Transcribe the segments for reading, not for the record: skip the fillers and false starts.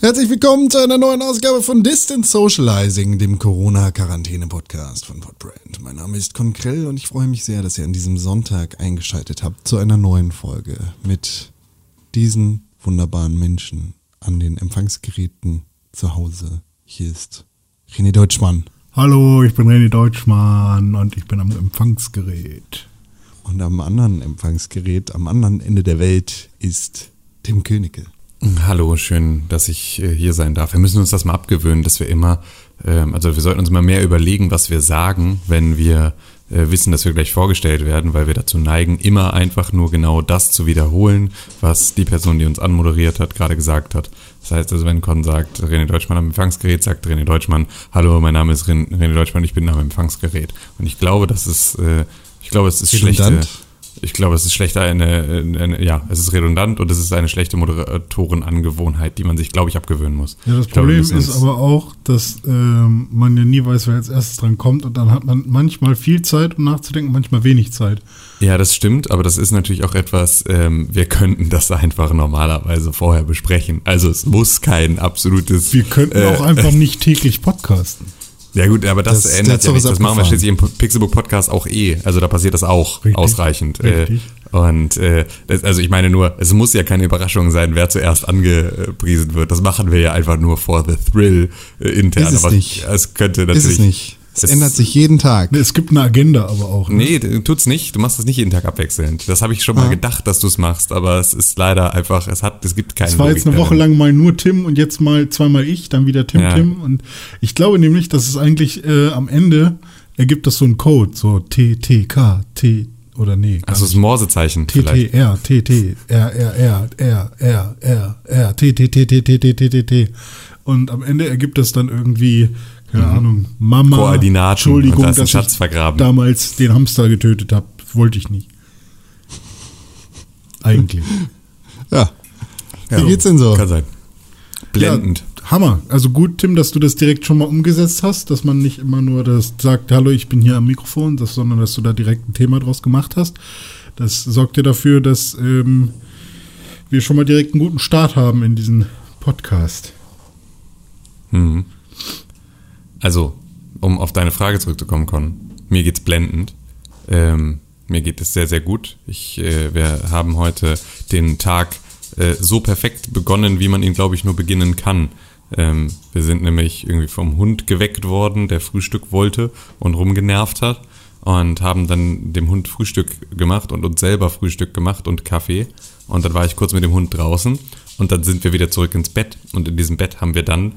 Herzlich willkommen zu einer neuen Ausgabe von Distance Socializing, dem Corona-Quarantäne-Podcast von Podbrand. Mein Name ist Konkrell und ich freue mich sehr, dass ihr an diesem Sonntag eingeschaltet habt zu einer neuen Folge mit diesen wunderbaren Menschen an den Empfangsgeräten zu Hause. Hier ist René Deutschmann. Hallo, ich bin René Deutschmann und ich bin am Empfangsgerät. Und am anderen Empfangsgerät, am anderen Ende der Welt ist Tim Königke. Hallo, schön, dass ich hier sein darf. Wir müssen uns das mal abgewöhnen, dass wir immer, wir sollten uns mal mehr überlegen, was wir sagen, wenn wir wissen, dass wir gleich vorgestellt werden, weil wir dazu neigen, immer einfach nur genau das zu wiederholen, was die Person, die uns anmoderiert hat, gerade gesagt hat. Das heißt also, wenn Con sagt, René Deutschmann am Empfangsgerät, sagt René Deutschmann, hallo, mein Name ist René Deutschmann, ich bin am Empfangsgerät. Und ich glaube, es ist schlechte... Ich glaube, es ist schlechter es ist redundant und es ist eine schlechte Moderatorenangewohnheit, die man sich, glaube ich, abgewöhnen muss. Ja, das Problem ist aber auch, dass man ja nie weiß, wer als erstes dran kommt und dann hat man manchmal viel Zeit, um nachzudenken, manchmal wenig Zeit. Ja, das stimmt, aber das ist natürlich auch etwas, wir könnten das einfach normalerweise vorher besprechen. Also es muss kein absolutes... Wir könnten auch einfach nicht täglich podcasten. Ja gut, aber das ändert ja nicht. Das machen wir schließlich im Pixelbook-Podcast auch Also da passiert das auch richtig, ausreichend. Richtig. Also ich meine nur, es muss ja keine Überraschung sein, wer zuerst angepriesen wird. Das machen wir ja einfach nur for the thrill intern. Ist es nicht. Es könnte natürlich... Ist es nicht. Es ändert sich jeden Tag. Es gibt eine Agenda aber auch. Ne? Nee, tut's nicht. Du machst das nicht jeden Tag abwechselnd. Das habe ich schon mal gedacht, dass du es machst, aber es ist leider einfach, es gibt keine Es war Logik jetzt eine Woche lang mal nur Tim und jetzt mal zweimal ich, dann wieder Tim. Und ich glaube nämlich, dass es eigentlich am Ende ergibt das so einen Code, so TTK, T oder nee. Also das Morsezeichen vielleicht. TTR, TT, RRR, TTTTTTTT. Und am Ende ergibt das dann irgendwie... Keine Ahnung, Mama, Koordinaten, Entschuldigung, und da ist ein dass Schatz ich vergraben. Damals den Hamster getötet habe. Wollte ich nicht. Eigentlich. Ja. Wie geht's denn so? Kann sein. Blendend. Ja, Hammer. Also gut, Tim, dass du das direkt schon mal umgesetzt hast, dass man nicht immer nur das sagt, hallo, ich bin hier am Mikrofon, sondern dass du da direkt ein Thema draus gemacht hast. Das sorgt ja dafür, dass wir schon mal direkt einen guten Start haben in diesen Podcast. Mhm. Also, um auf deine Frage zurückzukommen, Con, mir geht's blendend. Mir geht es sehr, sehr gut. Wir haben heute den Tag so perfekt begonnen, wie man ihn, glaube ich, nur beginnen kann. Wir sind nämlich irgendwie vom Hund geweckt worden, der Frühstück wollte und rumgenervt hat, und haben dann dem Hund Frühstück gemacht und uns selber Frühstück gemacht und Kaffee. Und dann war ich kurz mit dem Hund draußen und dann sind wir wieder zurück ins Bett. Und in diesem Bett haben wir dann...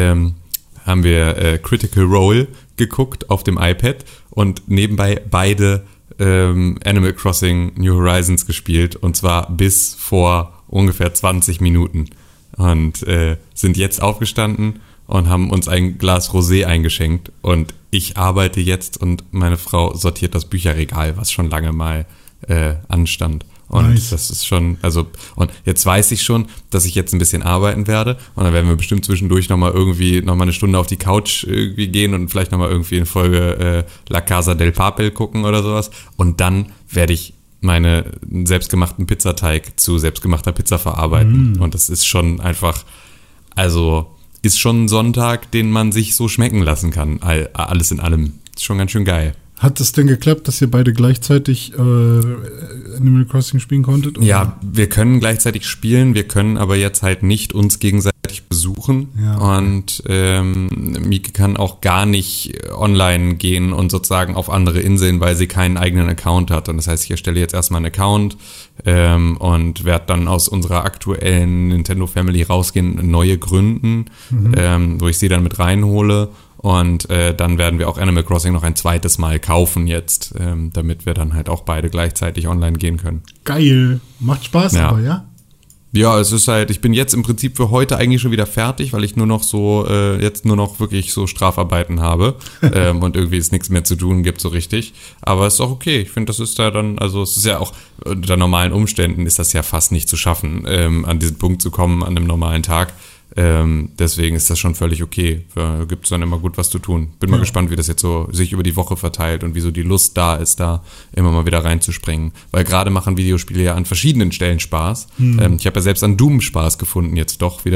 Critical Role geguckt auf dem iPad und nebenbei beide Animal Crossing New Horizons gespielt, und zwar bis vor ungefähr 20 Minuten, und sind jetzt aufgestanden und haben uns ein Glas Rosé eingeschenkt, und ich arbeite jetzt und meine Frau sortiert das Bücherregal, was schon lange mal anstand. Und nice. Das ist schon, und jetzt weiß ich schon, dass ich jetzt ein bisschen arbeiten werde, und dann werden wir bestimmt zwischendurch nochmal eine Stunde auf die Couch irgendwie gehen und vielleicht nochmal irgendwie in Folge La Casa del Papel gucken oder sowas, und dann werde ich meine selbstgemachten Pizzateig zu selbstgemachter Pizza verarbeiten. Und das ist schon einfach, ist schon ein Sonntag, den man sich so schmecken lassen kann, alles in allem. Ist schon ganz schön geil. Hat es denn geklappt, dass ihr beide gleichzeitig Animal Crossing spielen konntet? Oder? Ja, wir können gleichzeitig spielen, wir können aber jetzt halt nicht uns gegenseitig besuchen. Ja, okay. Und Mieke kann auch gar nicht online gehen und sozusagen auf andere Inseln, weil sie keinen eigenen Account hat. Und das heißt, ich erstelle jetzt erstmal einen Account und werde dann aus unserer aktuellen Nintendo Family rausgehen, neue gründen, wo ich sie dann mit reinhole. Und dann werden wir auch Animal Crossing noch ein zweites Mal kaufen jetzt, damit wir dann halt auch beide gleichzeitig online gehen können. Geil. Macht Spaß, ja. Aber, ja? Ja, es ist halt, ich bin jetzt im Prinzip für heute eigentlich schon wieder fertig, weil ich nur noch wirklich so Strafarbeiten habe und irgendwie es nichts mehr zu tun gibt so richtig. Aber es ist auch okay. Ich finde, das ist da dann, es ist ja auch unter normalen Umständen ist das ja fast nicht zu schaffen, an diesen Punkt zu kommen an einem normalen Tag. Deswegen ist das schon völlig okay. Gibt es dann immer gut was zu tun. Bin mal gespannt, wie das jetzt so sich über die Woche verteilt und wie so die Lust da ist, da immer mal wieder reinzuspringen. Weil gerade machen Videospiele ja an verschiedenen Stellen Spaß. Ich habe ja selbst an Doom Spaß gefunden jetzt doch wieder.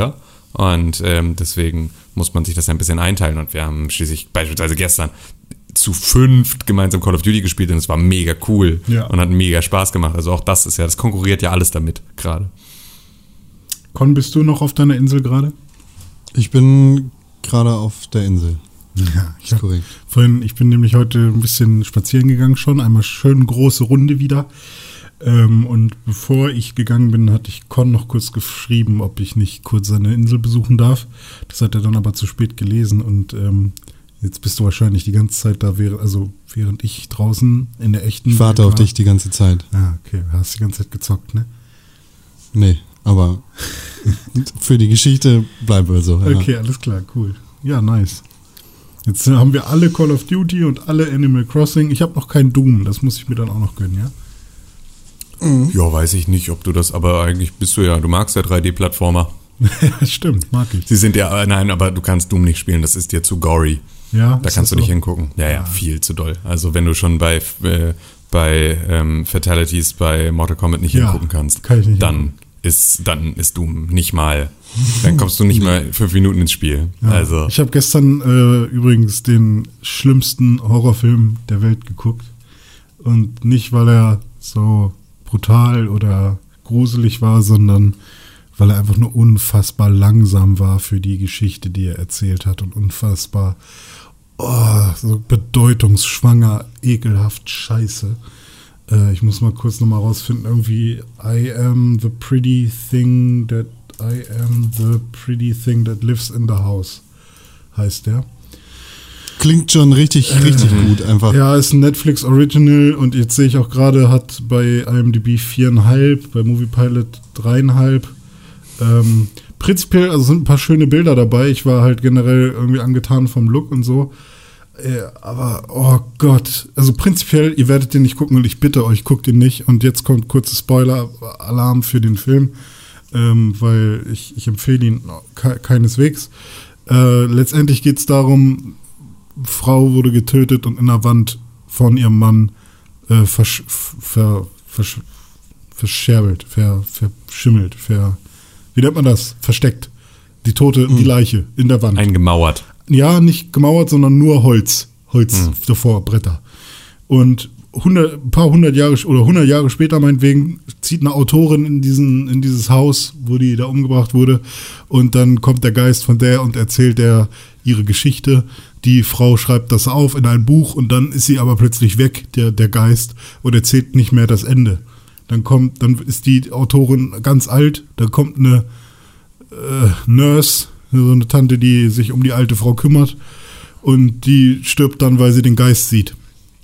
Und deswegen muss man sich das ein bisschen einteilen. Und wir haben schließlich beispielsweise gestern zu 5 gemeinsam Call of Duty gespielt und es war mega cool und hat mega Spaß gemacht. Also auch das konkurriert ja alles damit gerade. Con, bist du noch auf deiner Insel gerade? Ich bin gerade auf der Insel. Ja, ist korrekt. Ich bin nämlich heute ein bisschen spazieren gegangen schon, einmal schön große Runde wieder. Und bevor ich gegangen bin, hatte ich Con noch kurz geschrieben, ob ich nicht kurz seine Insel besuchen darf. Das hat er dann aber zu spät gelesen und jetzt bist du wahrscheinlich die ganze Zeit da, während ich draußen in der echten Ich warte auf dich die ganze Zeit. Ah, okay, du hast die ganze Zeit gezockt, ne? Nee, aber für die Geschichte bleiben wir so. Ja. Okay, alles klar, cool. Ja, nice. Jetzt haben wir alle Call of Duty und alle Animal Crossing. Ich habe noch kein Doom, das muss ich mir dann auch noch gönnen, ja? Ja, weiß ich nicht, ob du das, aber eigentlich du magst ja 3D-Plattformer. Ja, stimmt, mag ich. Sie sind ja, nein, aber du kannst Doom nicht spielen, das ist dir zu gory. Ja. Da kannst du nicht hingucken. Ja, viel zu doll. Also wenn du schon bei Fatalities bei Mortal Kombat nicht hingucken kannst, kann ich nicht dann ist Doom nicht mal, dann kommst du nicht mal 5 Minuten ins Spiel. Ja. Also. Ich habe gestern übrigens den schlimmsten Horrorfilm der Welt geguckt und nicht, weil er so brutal oder gruselig war, sondern weil er einfach nur unfassbar langsam war für die Geschichte, die er erzählt hat und unfassbar so bedeutungsschwanger, ekelhaft scheiße. Ich muss mal kurz nochmal rausfinden, irgendwie I am the pretty thing that lives in the house heißt der. Klingt schon richtig gut einfach. Ja, ist ein Netflix Original und jetzt sehe ich auch gerade, hat bei IMDb 4,5, bei Moviepilot 3,5. Prinzipiell, also sind ein paar schöne Bilder dabei. Ich war halt generell irgendwie angetan vom Look und so. Aber, oh Gott. Also prinzipiell, ihr werdet den nicht gucken und ich bitte euch, guckt ihn nicht. Und jetzt kommt kurze Spoiler-Alarm für den Film, weil ich empfehle ihn keineswegs. Letztendlich geht es darum, Frau wurde getötet und in der Wand von ihrem Mann verscherbelt, verschimmelt, wie nennt man das? Versteckt. Die Tote, die Leiche in der Wand. Eingemauert. Ja, nicht gemauert, sondern nur Holz davor, Bretter. Und 100 Jahre später meinetwegen zieht eine Autorin in dieses Haus, wo die da umgebracht wurde, und dann kommt der Geist von der und erzählt der ihre Geschichte. Die Frau schreibt das auf in ein Buch und dann ist sie aber plötzlich weg, der Geist, und erzählt nicht mehr das Ende. Dann ist die Autorin ganz alt, dann kommt eine Nurse, so eine Tante, die sich um die alte Frau kümmert, und die stirbt dann, weil sie den Geist sieht.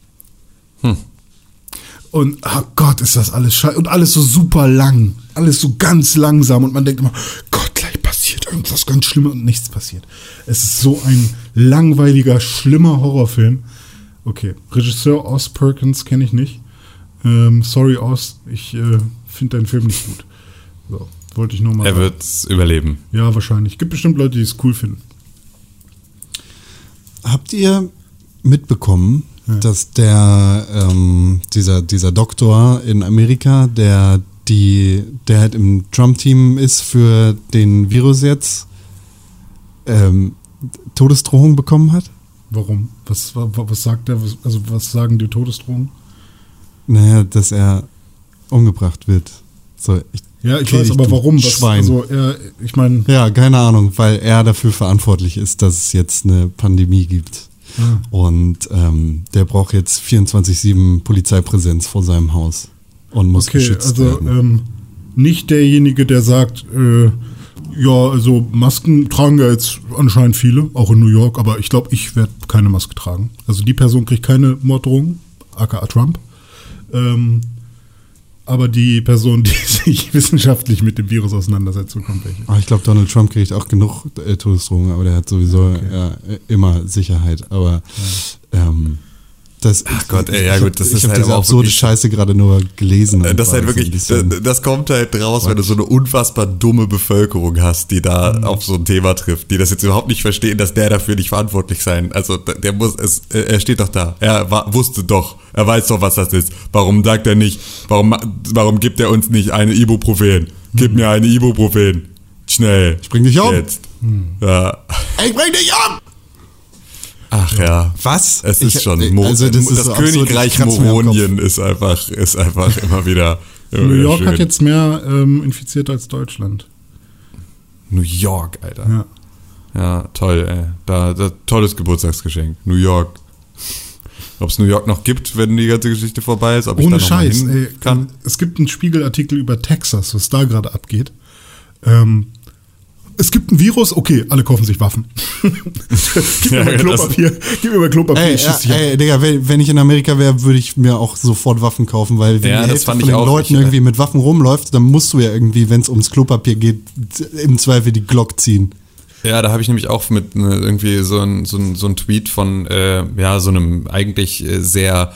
Und, oh Gott, ist das alles scheiße. Und alles so super lang. Alles so ganz langsam. Und man denkt immer, Gott, gleich passiert irgendwas ganz Schlimmes, und nichts passiert. Es ist so ein langweiliger, schlimmer Horrorfilm. Okay, Regisseur Oz Perkins kenne ich nicht. Sorry, Oz, ich finde deinen Film nicht gut. So, wollte ich nur mal sagen. Er wird es überleben. Ja, wahrscheinlich. Gibt bestimmt Leute, die es cool finden. Habt ihr mitbekommen, dass dieser Doktor in Amerika, der halt im Trump-Team ist für den Virus jetzt, Todesdrohung bekommen hat? Warum? Was sagt er? Was sagen die Todesdrohungen? Naja, dass er umgebracht wird. So, ich weiß, aber warum? Schwein. Ich meine... Ja, keine Ahnung, weil er dafür verantwortlich ist, dass es jetzt eine Pandemie gibt. Und der braucht jetzt 24/7 Polizeipräsenz vor seinem Haus und muss geschützt werden. Nicht derjenige, der sagt, also Masken tragen ja jetzt anscheinend viele, auch in New York, aber ich glaube, ich werde keine Maske tragen. Also die Person kriegt keine Morddrohung, aka Trump. Aber die Person, die sich wissenschaftlich mit dem Virus auseinandersetzt, bekommt welche. Ich glaube, Donald Trump kriegt auch genug Todesdrohungen, aber der hat sowieso immer Sicherheit. Aber das ist halt diese absurde Scheiße gerade nur gelesen. Das ist halt wirklich, das kommt halt raus, wenn du so eine unfassbar dumme Bevölkerung hast, die da auf so ein Thema trifft, die das jetzt überhaupt nicht verstehen, dass der dafür nicht verantwortlich sein. Also er steht doch da. Er wusste doch. Er weiß doch, was das ist. Warum sagt er nicht, warum gibt er uns nicht eine Ibuprofen? Gib mir eine Ibuprofen. Schnell. Ich bring dich um. Jetzt. Ja. Ich bring dich um! Ach ja. Was? Es ist schon. Also das ist so Königreich absurd, ich kratze mir am Moronien ist einfach immer wieder. New York schön. hat jetzt mehr infiziert als Deutschland. New York, Alter. Ja. Ja, toll, ey. Da tolles Geburtstagsgeschenk. New York. Ob es New York noch gibt, wenn die ganze Geschichte vorbei ist, ob Ohne ich da noch Scheiß, mal hin ey, kann. es gibt einen Spiegelartikel über Texas, was da gerade abgeht. Es gibt ein Virus, okay, alle kaufen sich Waffen. Gib mir mal Klopapier, Ey, ich schieß dich ab. Digga, wenn ich in Amerika wäre, würde ich mir auch sofort Waffen kaufen, weil wenn Ja, die das Hälfte fand von ich den auch. Leuten irgendwie mit Waffen rumläuft, dann musst du ja irgendwie, wenn es ums Klopapier geht, im Zweifel die Glock ziehen. Ja, da habe ich nämlich auch mit irgendwie so ein Tweet von so einem eigentlich sehr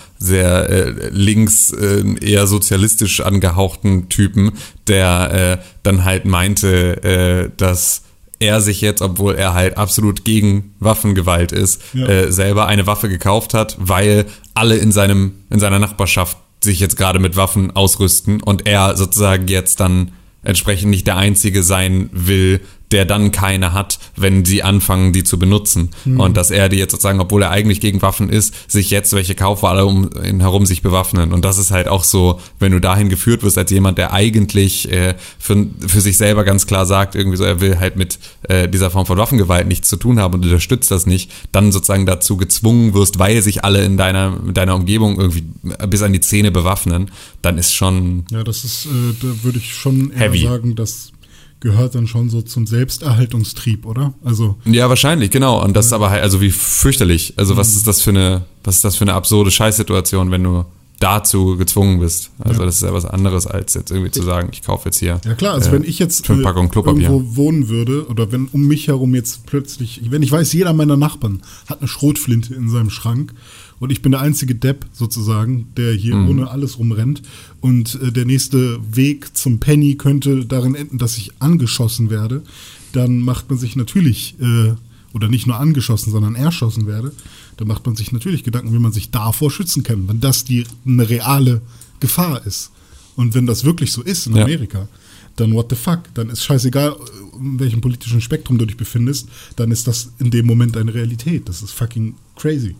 links, eher sozialistisch angehauchten Typen, der dann halt meinte, dass er sich jetzt, obwohl er halt absolut gegen Waffengewalt ist, selber eine Waffe gekauft hat, weil alle in seiner Nachbarschaft sich jetzt gerade mit Waffen ausrüsten und er sozusagen jetzt dann entsprechend nicht der Einzige sein will, der dann keine hat, wenn sie anfangen, die zu benutzen. Und dass er die jetzt sozusagen, obwohl er eigentlich gegen Waffen ist, sich jetzt welche kauft, weil alle um ihn herum sich bewaffnen. Und das ist halt auch so, wenn du dahin geführt wirst als jemand, der eigentlich für sich selber ganz klar sagt, irgendwie so, er will halt mit dieser Form von Waffengewalt nichts zu tun haben und unterstützt das nicht, dann sozusagen dazu gezwungen wirst, weil sich alle in deiner Umgebung irgendwie bis an die Zähne bewaffnen, dann ist schon Ja, das ist, da würde ich schon eher heavy. sagen, das gehört dann schon so zum Selbsterhaltungstrieb, oder? Also Ja, wahrscheinlich, genau. Und das ist aber halt, also wie fürchterlich. Also was ist das für eine absurde Scheißsituation, wenn du dazu gezwungen bist? Also das ist ja was anderes, als jetzt irgendwie zu sagen, ich kaufe jetzt hier. ja klar, also wenn ich jetzt 5 Packungen Klopapier. irgendwo wohnen würde oder wenn um mich herum jetzt plötzlich, wenn ich weiß, jeder meiner Nachbarn hat eine Schrotflinte in seinem Schrank und ich bin der einzige Depp sozusagen, der hier ohne alles rumrennt und der nächste Weg zum Penny könnte darin enden, dass ich angeschossen werde, dann macht man sich natürlich, oder nicht nur angeschossen, sondern erschossen werde, dann macht man sich natürlich Gedanken, wie man sich davor schützen kann, wenn das eine reale Gefahr ist. Und wenn das wirklich so ist in Amerika, dann what the fuck, dann ist scheißegal, in welchem politischen Spektrum du dich befindest, dann ist das in dem Moment eine Realität. Das ist fucking crazy.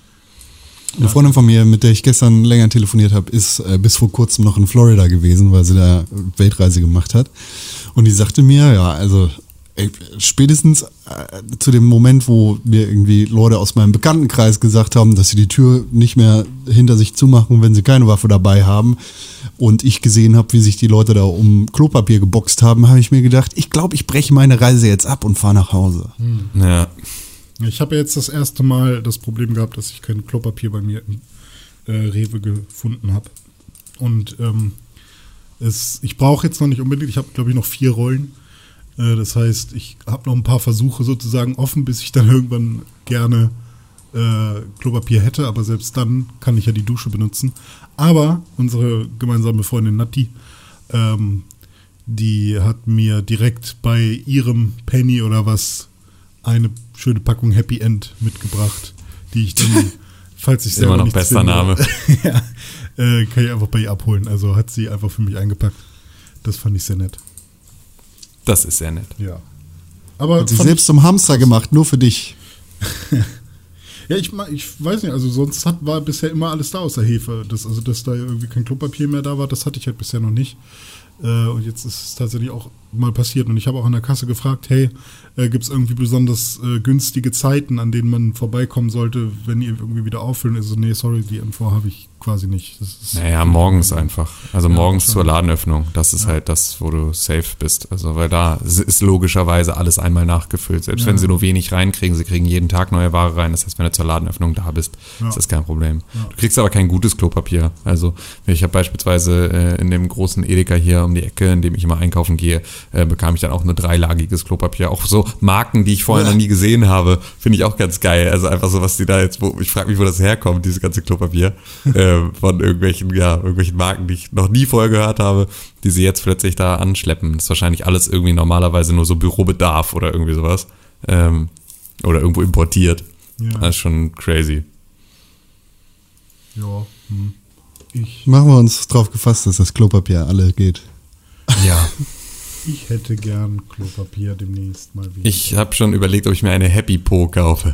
Eine Freundin von mir, mit der ich gestern länger telefoniert habe, ist bis vor kurzem noch in Florida gewesen, weil sie da Weltreise gemacht hat. Und die sagte mir, ja, also spätestens zu dem Moment, wo mir irgendwie Leute aus meinem Bekanntenkreis gesagt haben, dass sie die Tür nicht mehr hinter sich zumachen, wenn sie keine Waffe dabei haben, und ich gesehen habe, wie sich die Leute da um Klopapier geboxt haben, habe ich mir gedacht, ich glaube, ich breche meine Reise jetzt ab und fahre nach Hause. Ja. Ich habe jetzt das erste Mal das Problem gehabt, dass ich kein Klopapier bei mir im Rewe gefunden habe. Und ich brauche jetzt noch nicht unbedingt, ich habe glaube ich noch 4 Rollen. Das heißt, ich habe noch ein paar Versuche sozusagen offen, bis ich dann irgendwann gerne Klopapier hätte. Aber selbst dann kann ich ja die Dusche benutzen. Aber unsere gemeinsame Freundin Nati, die hat mir direkt bei ihrem Penny oder was eine schöne Packung Happy End mitgebracht, die ich dann, falls ich selber Immer noch nichts bester finde, Name. ja, kann ich einfach bei ihr abholen. Also hat sie einfach für mich eingepackt. Das fand ich sehr nett. Das ist sehr nett. Ja. Aber Hat sich selbst zum Hamster gemacht, nur für dich. ja, ich weiß nicht, also sonst war bisher immer alles da außer Hefe. Dass da irgendwie kein Klopapier mehr da war, das hatte ich halt bisher noch nicht. Und jetzt ist es tatsächlich auch mal passiert. Und ich habe auch an der Kasse gefragt, hey, gibt es irgendwie besonders günstige Zeiten, an denen man vorbeikommen sollte, wenn ihr irgendwie wieder auffüllen? Also nee, sorry, die Info habe ich quasi nicht. Das ist Morgens einfach. Also morgens schon. zur Ladenöffnung. Das ist halt das, wo du safe bist. Also weil da ist logischerweise alles einmal nachgefüllt. Selbst wenn sie nur wenig reinkriegen, sie kriegen jeden Tag neue Ware rein. Das heißt, wenn du zur Ladenöffnung da bist, ist das kein Problem. Ja. Du kriegst aber kein gutes Klopapier. Also ich habe beispielsweise in dem großen Edeka hier um die Ecke, in dem ich immer einkaufen gehe, bekam ich dann auch ein 3-lagiges Klopapier. Auch so Marken, die ich vorher noch nie gesehen habe, finde ich auch ganz geil. Also einfach so, was die da jetzt, ich frage mich, wo das herkommt, dieses ganze Klopapier. Von irgendwelchen Marken, die ich noch nie vorher gehört habe, die sie jetzt plötzlich da anschleppen. Das ist wahrscheinlich alles irgendwie normalerweise nur so Bürobedarf oder irgendwie sowas. Oder irgendwo importiert. Ja. Das ist schon crazy. Ja. Machen wir uns drauf gefasst, dass das Klopapier alle geht. Ja. Ich hätte gern Klopapier demnächst mal wieder. Ich habe schon überlegt, ob ich mir eine Happy Po kaufe.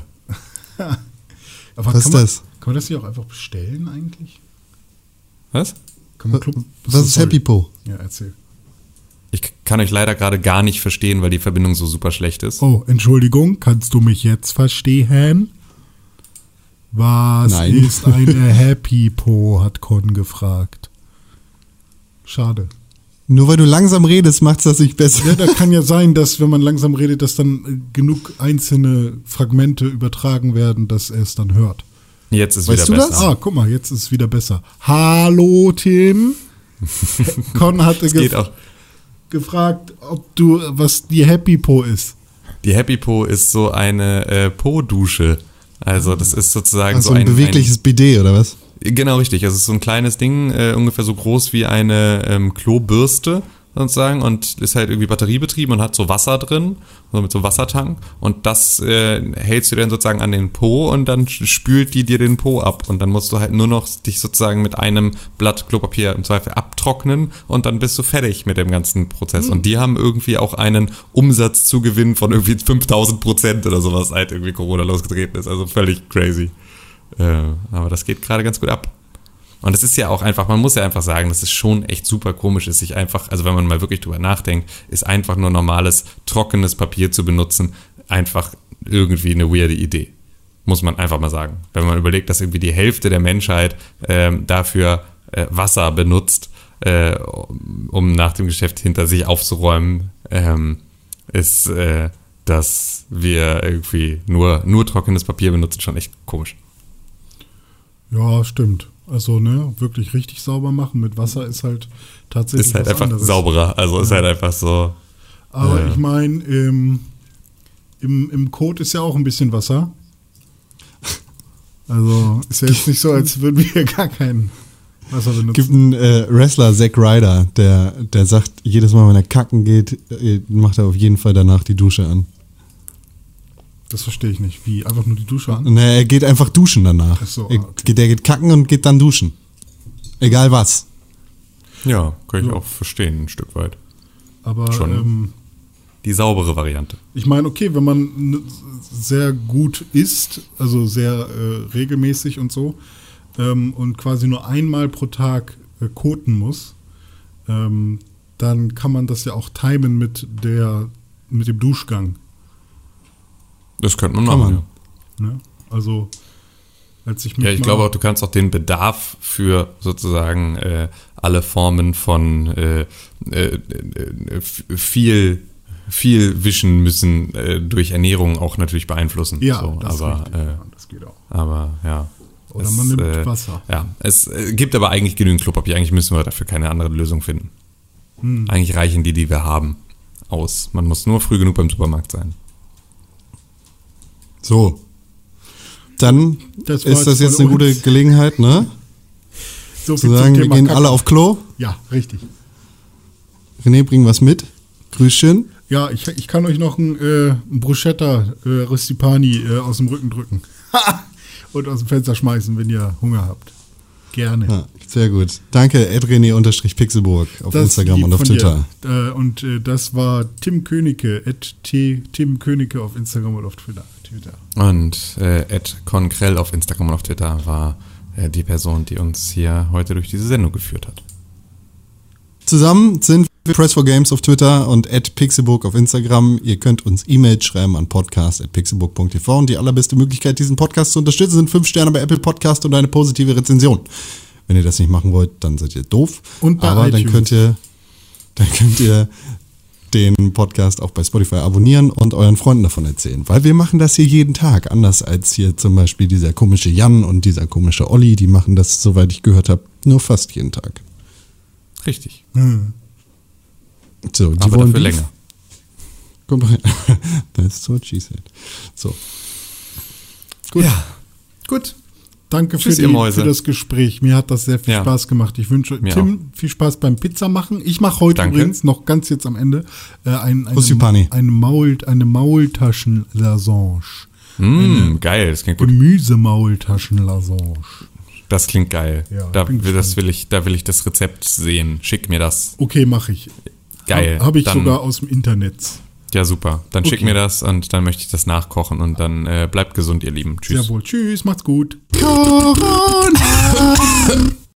Aber Was ist das? Kann man das hier auch einfach bestellen eigentlich? Was? Kann man Was ist Happy Po? Ja, erzähl. Ich kann euch leider gerade gar nicht verstehen, weil die Verbindung so super schlecht ist. Oh, Entschuldigung, kannst du mich jetzt verstehen? Was Nein. ist eine Happy Po, hat Con gefragt. Schade. Nur weil du langsam redest, macht's das nicht besser. Ja, da kann ja sein, dass wenn man langsam redet, dass dann genug einzelne Fragmente übertragen werden, dass er es dann hört. Jetzt ist Weißt wieder du besser. das? Ah, guck mal, jetzt ist es wieder besser. Hallo, Tim. Con hatte Es geht auch. gefragt, ob du, was die Happy Po ist. Die Happy Po ist so eine Po-Dusche. Also das ist sozusagen Also ein bewegliches Bidet, oder was? Genau, richtig. Also es ist so ein kleines Ding, ungefähr so groß wie eine Klobürste sozusagen und ist halt irgendwie batteriebetrieben und hat so Wasser drin, also mit so Wassertank und das hältst du dann sozusagen an den Po und dann spült die dir den Po ab und dann musst du halt nur noch dich sozusagen mit einem Blatt Klopapier im Zweifel abtrocknen und dann bist du fertig mit dem ganzen Prozess. Und die haben irgendwie auch einen Umsatzzugewinn von irgendwie 5000% oder sowas, seit irgendwie Corona losgetreten ist. Also völlig crazy. Aber das geht gerade ganz gut ab. Und es ist ja auch einfach, man muss ja einfach sagen, dass es schon echt super komisch ist, sich einfach, also wenn man mal wirklich drüber nachdenkt, ist einfach nur normales, trockenes Papier zu benutzen, einfach irgendwie eine weirde Idee. Muss man einfach mal sagen. Wenn man überlegt, dass irgendwie die Hälfte der Menschheit dafür Wasser benutzt, um nach dem Geschäft hinter sich aufzuräumen, ist, dass wir irgendwie nur trockenes Papier benutzen, schon echt komisch. Ja, stimmt. Also, ne, wirklich richtig sauber machen mit Wasser ist halt tatsächlich Ist halt was einfach anderes. sauberer, also ist halt einfach so. Aber ich meine, im Kot ist ja auch ein bisschen Wasser. Also ist ja jetzt nicht so, als würden wir gar kein Wasser benutzen. Gibt einen Wrestler, Zack Ryder, der sagt, jedes Mal, wenn er kacken geht, macht er auf jeden Fall danach die Dusche an. Das verstehe ich nicht. Wie? Einfach nur die Dusche an? Ne, er geht einfach duschen danach. Ach so, Der okay. geht kacken und geht dann duschen. Egal was. Ja, kann ich Ja. auch verstehen, ein Stück weit. Aber Schon. Die saubere Variante. ich meine, okay, wenn man sehr gut isst, also sehr regelmäßig und so, und quasi nur einmal pro Tag koten muss, dann kann man das ja auch timen mit dem Duschgang. Das könnte man Kann machen, man. ja. Ne? Also, als ich mich Ja, ich glaube auch, du kannst auch den Bedarf für sozusagen alle Formen von viel wischen müssen durch Ernährung auch natürlich beeinflussen. Ja, so, das, aber, ist richtig. Ja, das geht auch. aber ja. Oder man nimmt Wasser. Ja, es gibt aber eigentlich genügend Klopapier. Eigentlich müssen wir dafür keine andere Lösung finden. Eigentlich reichen die wir haben, aus. Man muss nur früh genug beim Supermarkt sein. So. Dann Das war ist das jetzt von eine gute uns. Gelegenheit, ne? So Zu sagen, wir gehen alle auf Klo. Ja, richtig. René, bring was mit. Grüßchen. Ja, ich kann euch noch ein Bruschetta Ristipani aus dem Rücken drücken. Und aus dem Fenster schmeißen, wenn ihr Hunger habt. Gerne. Ja, sehr gut. Danke, @René_Pixelburg auf Das Instagram lieb und auf von Twitter. dir. Und das war Tim Königke, Tim Königke auf Instagram und auf Twitter. Und @Konkrell auf Instagram und auf Twitter war die Person, die uns hier heute durch diese Sendung geführt hat. Zusammen sind wir Press4Games auf Twitter und @Pixelburg auf Instagram. Ihr könnt uns E-Mails schreiben an podcast@pixelburg.tv und die allerbeste Möglichkeit, diesen Podcast zu unterstützen, sind 5 Sterne bei Apple Podcast und eine positive Rezension. Wenn ihr das nicht machen wollt, dann seid ihr doof. Und bei Aber dann iTunes. könnt ihr den Podcast auch bei Spotify abonnieren und euren Freunden davon erzählen. Weil wir machen das hier jeden Tag, anders als hier zum Beispiel dieser komische Jan und dieser komische Olli, die machen das, soweit ich gehört habe, nur fast jeden Tag. Richtig. So, die Aber wollen dafür Beef. länger. Kommt rein. That's what she said. So. Gut. Ja, gut. Danke Tschüss, ihr Mäuse. für das Gespräch. Mir hat das sehr viel Ja. Spaß gemacht. Ich wünsche Mir Tim viel Spaß beim Pizza machen. Ich mache heute Danke. übrigens noch ganz jetzt am Ende Russipani. eine Maultaschen-Lasange. Geil, das klingt gut. Gemüsemaultaschen-Lasange. Das klingt geil. Ja, Da bin will ich das Rezept sehen. Schick mir das. Okay, mache ich. Geil. Habe ich Dann- sogar aus dem Internet. Ja, super. Dann schick Okay. mir das und dann möchte ich das nachkochen und dann bleibt gesund, ihr Lieben. Tschüss. Sehr wohl. Tschüss, macht's gut. Corona.